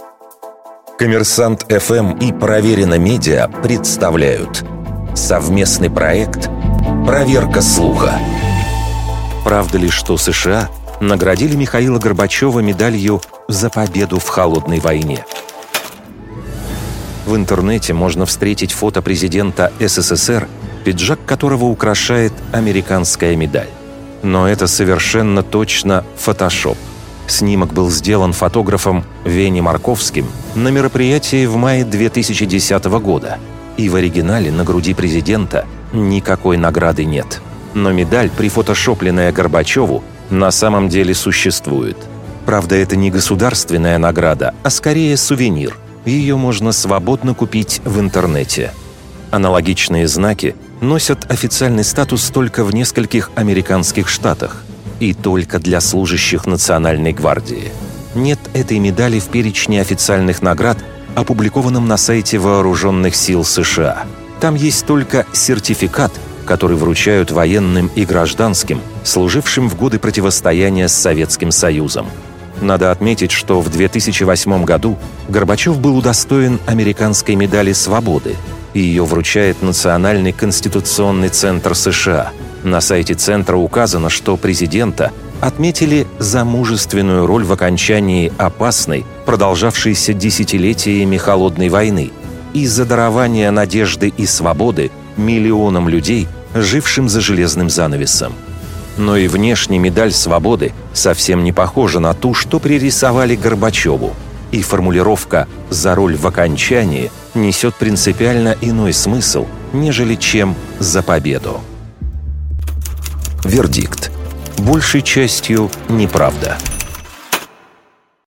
Коммерсант ФМ и Проверено Медиа представляют совместный проект «Проверка слуха». Правда ли, что США наградили Михаила Горбачева медалью за победу в холодной войне? В интернете можно встретить фото президента СССР, пиджак которого украшает американская медаль. Но это совершенно точно фотошоп. Снимок был сделан фотографом Веней Марковским на мероприятии в мае 2010 года. И в оригинале на груди президента никакой награды нет. Но медаль, прифотошопленная Горбачеву, на самом деле существует. Правда, это не государственная награда, а скорее сувенир. Ее можно свободно купить в интернете. Аналогичные знаки носят официальный статус только в нескольких американских штатах. И только для служащих Национальной гвардии. Нет этой медали в перечне официальных наград, опубликованном на сайте Вооруженных сил США. Там есть только сертификат, который вручают военным и гражданским, служившим в годы противостояния с Советским Союзом. Надо отметить, что в 2008 году Горбачев был удостоен американской медали «Свободы». Ее вручает Национальный конституционный центр США. На сайте центра указано, что президента отметили за мужественную роль в окончании опасной, продолжавшейся десятилетиями холодной войны, и за дарование надежды и свободы миллионам людей, жившим за железным занавесом. Но и внешне медаль «Свободы» совсем не похожа на ту, что пририсовали Горбачеву. И формулировка «за роль в окончании» несет принципиально иной смысл, нежели чем «за победу». Вердикт. Большей частью неправда.